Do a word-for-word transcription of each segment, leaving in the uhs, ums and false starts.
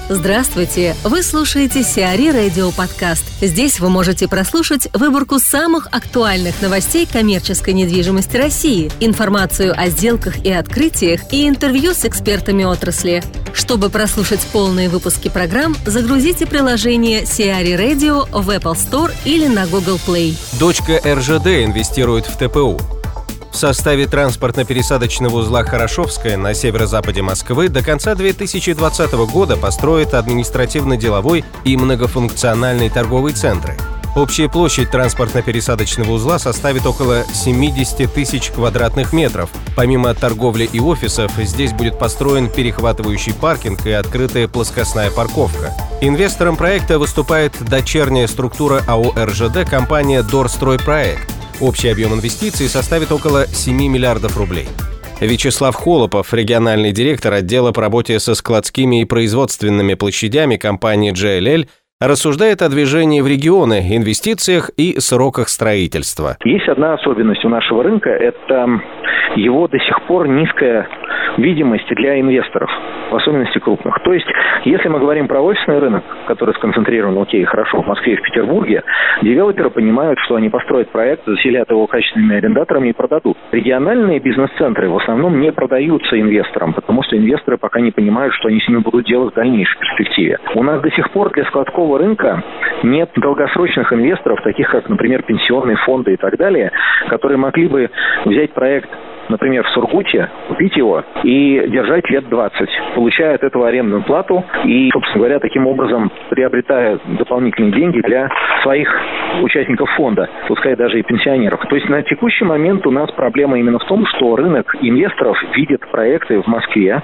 Здравствуйте! Вы слушаете Сиари Радио Подкаст. Здесь вы можете прослушать выборку самых актуальных новостей коммерческой недвижимости России, информацию о сделках и открытиях и интервью с экспертами отрасли. Чтобы прослушать полные выпуски программ, загрузите приложение Сиари Radio в Apple Store или на Google Play. Дочка эр жэ дэ инвестирует в тэ пэ у. В составе транспортно-пересадочного узла Хорошевская на северо-западе Москвы до конца две тысячи двадцатого года построят административно-деловой и многофункциональный торговый центры. Общая площадь транспортно-пересадочного узла составит около семьдесят тысяч квадратных метров. Помимо торговли и офисов, здесь будет построен перехватывающий паркинг и открытая плоскостная парковка. Инвестором проекта выступает дочерняя структура а о эр жэ дэ компания «Дорстройпроект». Общий объем инвестиций составит около семи миллиардов рублей. Вячеслав Холопов, региональный директор отдела по работе со складскими и производственными площадями компании джей эл эль, рассуждает о движении в регионы, инвестициях и сроках строительства. Есть одна особенность у нашего рынка – это его до сих пор низкая видимость для инвесторов, в особенности крупных. То есть, если мы говорим про офисный рынок, который сконцентрирован, окей, хорошо, в Москве и в Петербурге, девелоперы понимают, что они построят проект, заселят его качественными арендаторами и продадут. Региональные бизнес-центры в основном не продаются инвесторам, потому что инвесторы пока не понимают, что они с ними будут делать в дальнейшей перспективе. У нас до сих пор для складского рынка нет долгосрочных инвесторов, таких как, например, пенсионные фонды и так далее, которые могли бы взять проект, например, в Сургуте, купить его и держать лет двадцать, получая от этого арендную плату и, собственно говоря, таким образом приобретая дополнительные деньги для своих участников фонда, пускай даже и пенсионеров. То есть на текущий момент у нас проблема именно в том, что рынок инвесторов видит проекты в Москве,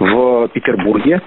в Петербурге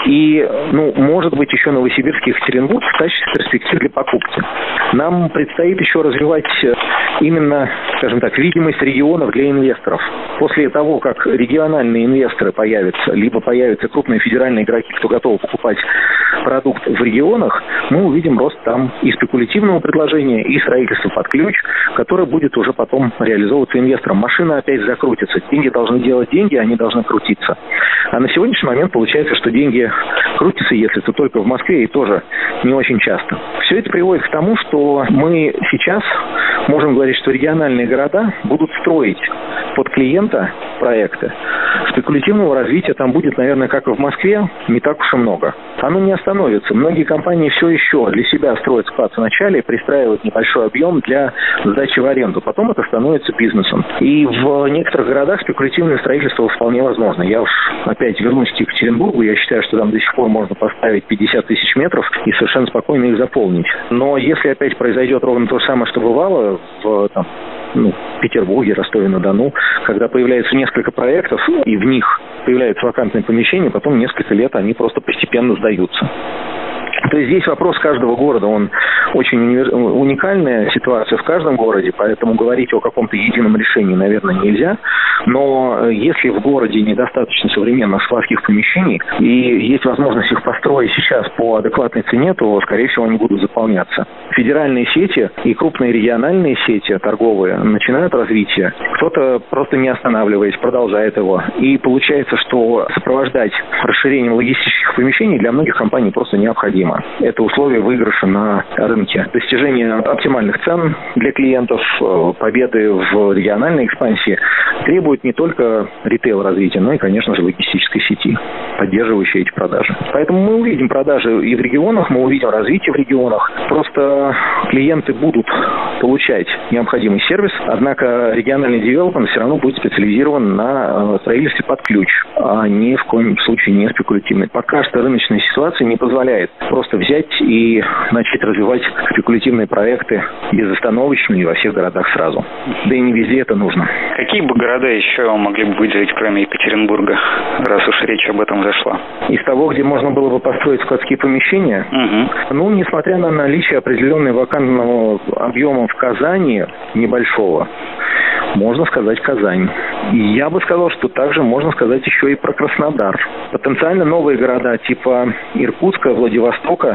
и, ну, может быть, еще Новосибирск и Екатеринбург в качестве перспектив для покупки. Нам предстоит еще развивать именно, скажем так, видимость регионов для инвесторов. После того, как региональные инвесторы появятся, либо появятся крупные федеральные игроки, кто готов покупать продукт в регионах, мы увидим рост там и спекулятивного предложения, и строительства под ключ, которое будет уже потом реализовываться инвестором. Машина опять закрутится. Деньги должны делать деньги, они должны крутиться. А на сегодняшний момент получается, что деньги крутятся, если это только в Москве, и тоже не очень часто. Все это приводит к тому, что мы сейчас можем говорить, что региональные города будут строить под клиента проекты. Спекулятивного развития там будет, наверное, как и в Москве, не так уж и много. Оно не остановится. Многие компании все еще для себя строят склад вначале, пристраивают небольшой объем для сдачи в аренду. Потом это становится бизнесом. И в некоторых городах спекулятивное строительство вполне возможно. Я уж опять вернусь к Екатеринбургу. Я считаю, что там до сих пор можно поставить пятьдесят тысяч метров и совершенно спокойно их заполнить. Но если опять произойдет ровно то же самое, что бывало в там, ну, Петербурге, Ростове-на-Дону, когда появляется несколько проектов, и в них появляются вакантные помещения, потом несколько лет они просто постепенно сдаются. То есть здесь вопрос каждого города, он очень уникальная ситуация в каждом городе, поэтому говорить о каком-то едином решении, наверное, нельзя. Но если в городе недостаточно современных складских помещений и есть возможность их построить сейчас по адекватной цене, то, скорее всего, они будут заполняться. Федеральные сети и крупные региональные сети торговые начинают развитие. Кто-то просто не останавливаясь, продолжает его. И получается, что сопровождать расширением логистических помещений для многих компаний просто необходимо. Это условие выигрыша на рынке. Достижение оптимальных цен для клиентов, победы в региональной экспансии требует не только ритейл-развития, но и, конечно же, логистической сети, поддерживающей эти продажи. Поэтому мы увидим продажи и в регионах, мы увидим развитие в регионах. Просто клиенты будут получать необходимый сервис, однако региональный девелопмент все равно будет специализирован на строительстве под ключ, а ни в коем случае не спекулятивный. Пока что рыночная ситуация не позволяет просто взять и начать развивать спекулятивные проекты безостановочно и во всех городах сразу. Да и не везде это нужно. Какие бы города еще могли бы выделить, кроме Екатеринбурга, раз уж речь об этом зашла? Из того, где можно было бы построить складские помещения, угу. ну, несмотря на наличие определенного вакантного объема в Казани, небольшого, можно сказать Казань. И я бы сказал, что также можно сказать еще и про Краснодар. Потенциально новые города типа Иркутска, Владивостока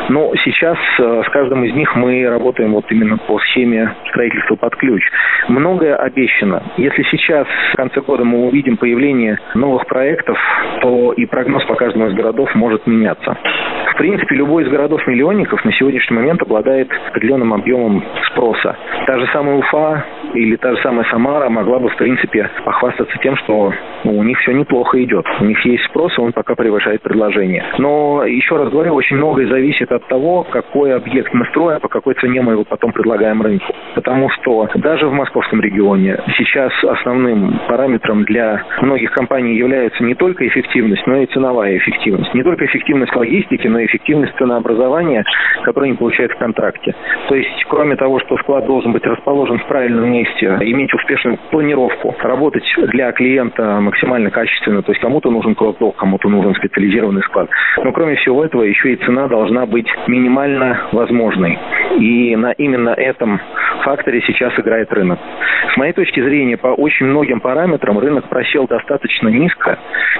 Но сейчас с каждым из них мы работаем вот именно по схеме строительства под ключ. Многое обещано. Если сейчас в конце года мы увидим появление новых проектов, то и прогноз по каждому из городов может меняться. В принципе, любой из городов-миллионников на сегодняшний момент обладает определенным объемом спроса. Та же самая Уфа или та же самая Самара могла бы, в принципе, похвастаться тем, что ну, у них все неплохо идет. У них есть спрос, и он пока превышает предложение. Но, еще раз говорю, очень многое зависит от того, какой объект мы строим, по какой цене мы его потом предлагаем рынку. Потому что даже в московском регионе сейчас основным параметром для многих компаний является не только эффективность, но и ценовая эффективность. Не только эффективность логистики, но и эффективность ценообразования, которую они получают в контракте. То есть, кроме того, что склад должен быть расположен в правильном месте, иметь успешную планировку, работать для клиента максимально качественно, то есть кому-то нужен кросс-док, кому-то нужен специализированный склад. Но кроме всего этого, еще и цена должна быть минимально возможной. И на именно этом факторе сейчас играет рынок. С моей точки зрения, по очень многим параметрам рынок просел достаточно низко,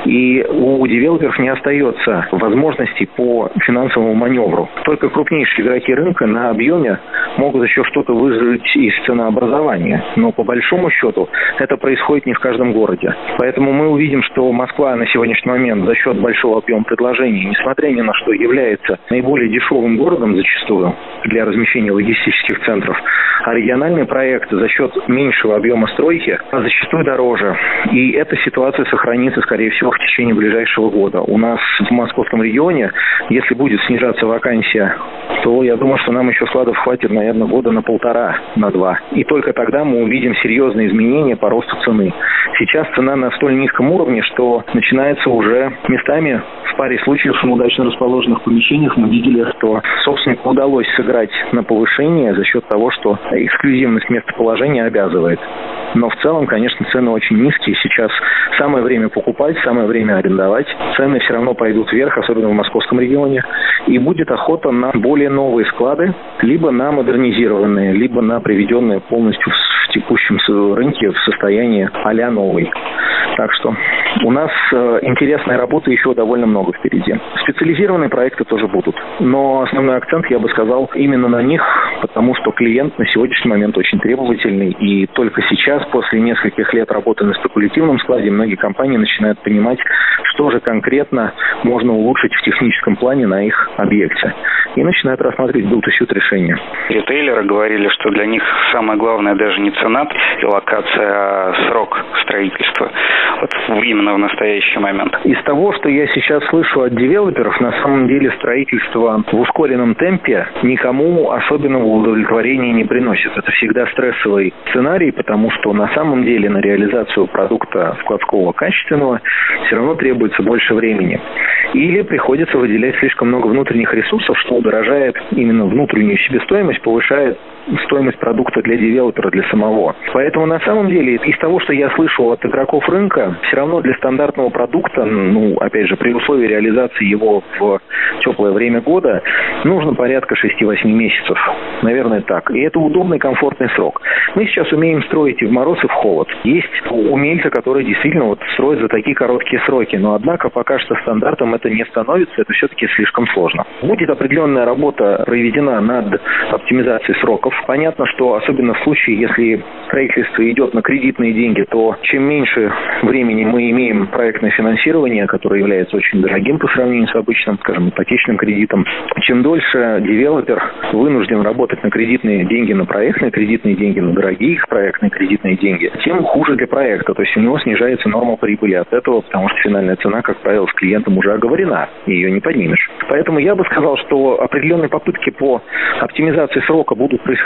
и у девелоперов не остается возможностей по финансовому маневру. Только крупнейшие игроки рынка на объеме могут еще что-то выжить из ценообразования. Но по большому счету это происходит не в каждом городе. Поэтому мы увидим, что Москва на сегодняшний момент за счет большого объема предложений, несмотря ни на что, является наиболее дешевым городом зачастую для размещения логистических центров. А региональные проекты за счет меньшего объема стройки зачастую дороже. И эта ситуация сохранится, скорее всего, в течение ближайшего года. У нас в московском регионе, если будет снижаться вакансия, то я думаю, что нам еще складов хватит, наверное, года на полтора, на два. И только тогда мы увидим серьезные изменения по росту цены. Сейчас цена на столь низком уровне, что начинается уже местами, в паре случаев в удачно расположенных помещениях мы видели, что собственнику удалось сыграть на повышение за счет того, что эксклюзивность местоположения обязывает. Но в целом, конечно, цены очень низкие. Сейчас самое время покупать, самое время арендовать. Цены все равно пойдут вверх, особенно в московском регионе. И будет охота на более новые склады, либо на модернизированные, либо на приведенные полностью в текущем рынке в состоянии а-ля новый. Так что у нас э, интересной работы еще довольно много впереди. Специализированные проекты тоже будут. Но основной акцент, я бы сказал, именно на них, потому что клиент на сегодняшний момент очень требовательный. И только сейчас, после нескольких лет работы на спекулятивном складе, многие компании начинают понимать, что же конкретно можно улучшить в техническом плане на их объекте. И начинают рассматривать build-to-suit решения. Ритейлеры говорили, что для них самое главное даже не цена и локация, а срок строительства. Вот именно в настоящий момент. Из того, что я сейчас слышу от девелоперов, на самом деле строительство в ускоренном темпе никому особенного удовлетворения не приносит. Это всегда стрессовый сценарий, потому что на самом деле на реализацию продукта складского качественного все равно требуется больше времени. Или приходится выделять слишком много внутренних ресурсов, что удорожает именно внутреннюю себестоимость, повышает стоимость продукта для девелопера, для самого. Поэтому на самом деле из того, что я слышу от игроков рынка, все равно для стандартного продукта, ну, опять же, при условии реализации его в теплое время года, нужно порядка шесть-восемь месяцев. Наверное, так. И это удобный, комфортный срок. Мы сейчас умеем строить и в мороз, и в холод. Есть умельцы, которые действительно вот строят за такие короткие сроки, но однако пока что стандартом это не становится, это все-таки слишком сложно. Будет определенная работа проведена над оптимизацией сроков. Понятно, что особенно в случае, если строительство идет на кредитные деньги, то чем меньше времени мы имеем проектное финансирование, которое является очень дорогим по сравнению с обычным, скажем, ипотечным кредитом, чем дольше девелопер вынужден работать на кредитные деньги, на проектные кредитные деньги, на дорогие проектные кредитные деньги, тем хуже для проекта. То есть у него снижается норма прибыли от этого, потому что финальная цена, как правило, с клиентом уже оговорена, и ее не поднимешь. Поэтому я бы сказал, что определенные попытки по оптимизации срока будут происходить,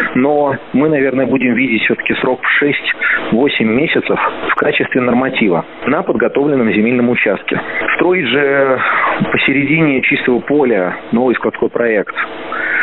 но мы, наверное, будем видеть все-таки срок в шесть-восемь месяцев в качестве норматива на подготовленном земельном участке. Строить же посередине чистого поля новый складской проект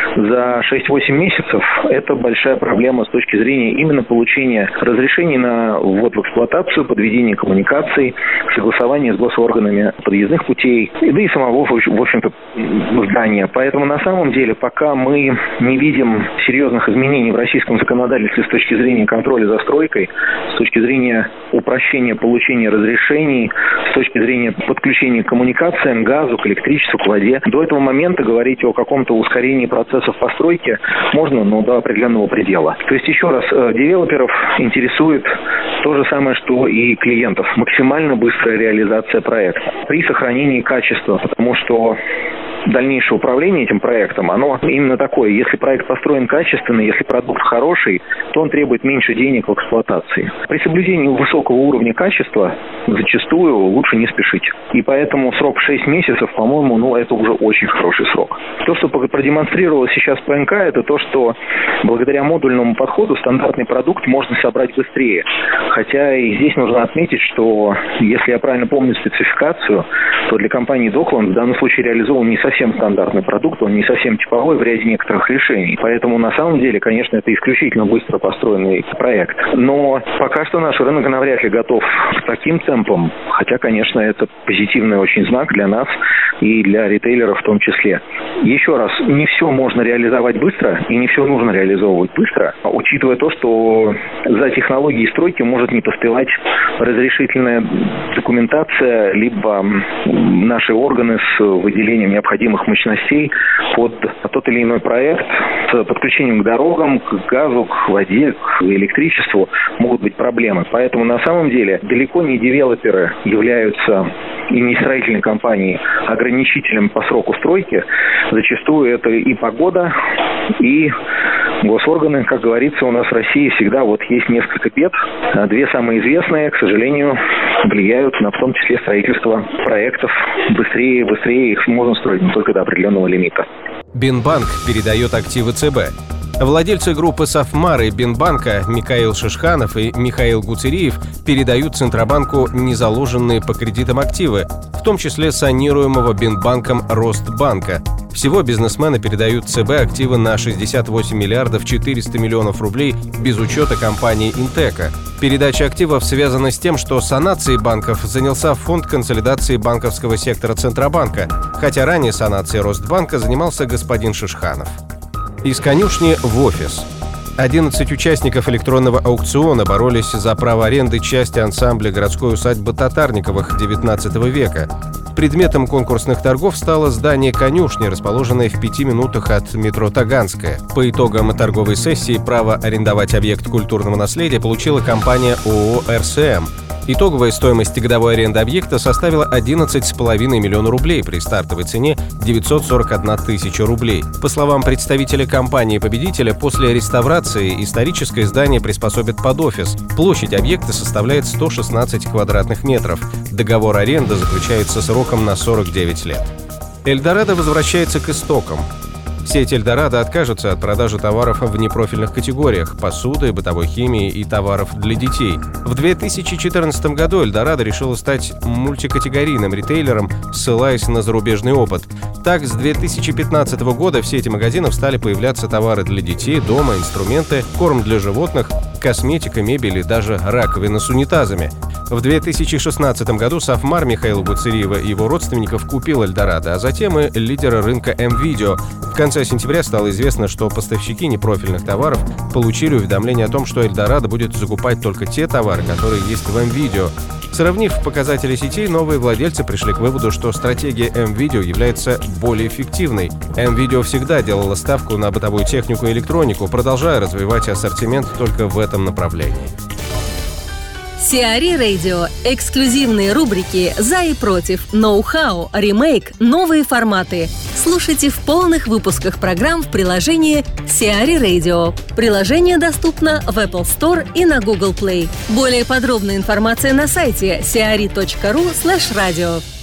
за шесть-восемь месяцев это большая проблема с точки зрения именно получения разрешений на ввод в эксплуатацию, подведения коммуникаций, согласования с госорганами подъездных путей, да и самого, в общем-то, здания. Поэтому на самом деле, пока мы не видим серьезных изменений в российском законодательстве с точки зрения контроля за стройкой, с точки зрения упрощения получения разрешений, с точки зрения подключения к коммуникациям, газу, к электричеству, к воде, до этого момента говорить о каком-то ускорении процессов постройки можно, но до определенного предела. То есть, еще раз, девелоперов интересует то же самое, что и клиентов. Максимально быстрая реализация проекта при сохранении качества, потому что дальнейшее управление этим проектом, оно именно такое. Если проект построен качественно, если продукт хороший, то он требует меньше денег в эксплуатации. При соблюдении высокого уровня качества зачастую лучше не спешить. И поэтому срок шесть месяцев, по-моему, ну, это уже очень хороший срок. То, что продемонстрировало сейчас ПНК, это то, что благодаря модульному подходу стандартный продукт можно собрать быстрее. Хотя и здесь нужно отметить, что, если я правильно помню спецификацию, то для компании Docklands в данном случае реализован не совсем стандартный продукт, он не совсем типовой в ряде некоторых решений. Поэтому на самом деле, конечно, это исключительно быстро построенный проект. Но пока что наш рынок навряд ли готов к таким темпам, хотя, конечно, это позитивный очень знак для нас и для ритейлеров в том числе. Еще раз, не все можно реализовать быстро и не все нужно реализовывать быстро, учитывая то, что за технологией стройки может не поспевать разрешительная документация, либо наши органы с выделением необходимых мощностей под тот или иной проект, с подключением к дорогам, к газу, к воде, к электричеству могут быть проблемы. Поэтому на самом деле далеко не девелоперы являются, и не строительные компании, ограничителем по сроку стройки. Зачастую это и погода, и госорганы. Как говорится, у нас в России всегда вот есть несколько бед. Две самые известные, к сожалению, влияют на, в том числе, строительство проектов. Быстрее, быстрее их можно строить, но только до определенного лимита. Бинбанк передает активы ЦБ. Владельцы группы «Сафмар» и Бинбанка Михаил Шишханов и Михаил Гуцериев передают Центробанку незаложенные по кредитам активы, в том числе санируемого Бинбанком Ростбанка. Всего бизнесмены передают ЦБ активы на шестьдесят восемь миллиардов четыреста миллионов рублей без учета компании «Интека». Передача активов связана с тем, что санацией банков занялся Фонд консолидации банковского сектора Центробанка, хотя ранее санацией Ростбанка занимался господин Шишханов. Из конюшни в офис. одиннадцать участников электронного аукциона боролись за право аренды части ансамбля городской усадьбы Татарниковых девятнадцатого века. Предметом конкурсных торгов стало здание конюшни, расположенное в пяти минутах от метро Таганская. По итогам торговой сессии право арендовать объект культурного наследия получила компания ООО «РСМ». Итоговая стоимость годовой аренды объекта составила одиннадцать целых пять десятых миллиона рублей при стартовой цене девятьсот сорок одна тысяча рублей. По словам представителя компании-победителя, после реставрации историческое здание приспособят под офис. Площадь объекта составляет сто шестнадцать квадратных метров. Договор аренды заключается сроком на сорок девять лет. Эльдорадо возвращается к истокам. Сеть «Эльдорадо» откажется от продажи товаров в непрофильных категориях – посуды, бытовой химии и товаров для детей. В две тысячи четырнадцатом году «Эльдорадо» решила стать мультикатегорийным ритейлером, ссылаясь на зарубежный опыт. Так, с две тысячи пятнадцатого года в сети магазинов стали появляться товары для детей, дома, инструменты, корм для животных, косметика, мебель и даже раковины с унитазами. В две тысячи шестнадцатом году «Сафмар» Михаила Гуцериева и его родственников купил «Эльдорадо», а затем и лидера рынка М-Видео. В конце сентября стало известно, что поставщики непрофильных товаров получили уведомление о том, что «Эльдорадо» будет закупать только те товары, которые есть в М-Видео. Сравнив показатели сетей, новые владельцы пришли к выводу, что стратегия М-Видео является более эффективной. М-Видео всегда делала ставку на бытовую технику и электронику, продолжая развивать ассортимент только в этом направлении. Сиари Radio. Эксклюзивные рубрики «За и против», «Ноу-хау», «Ремейк», «Новые форматы». Слушайте в полных выпусках программ в приложении Сиари Radio. Приложение доступно в Apple Store и на Google Play. Более подробная информация на сайте сиари точка ру слэш радио.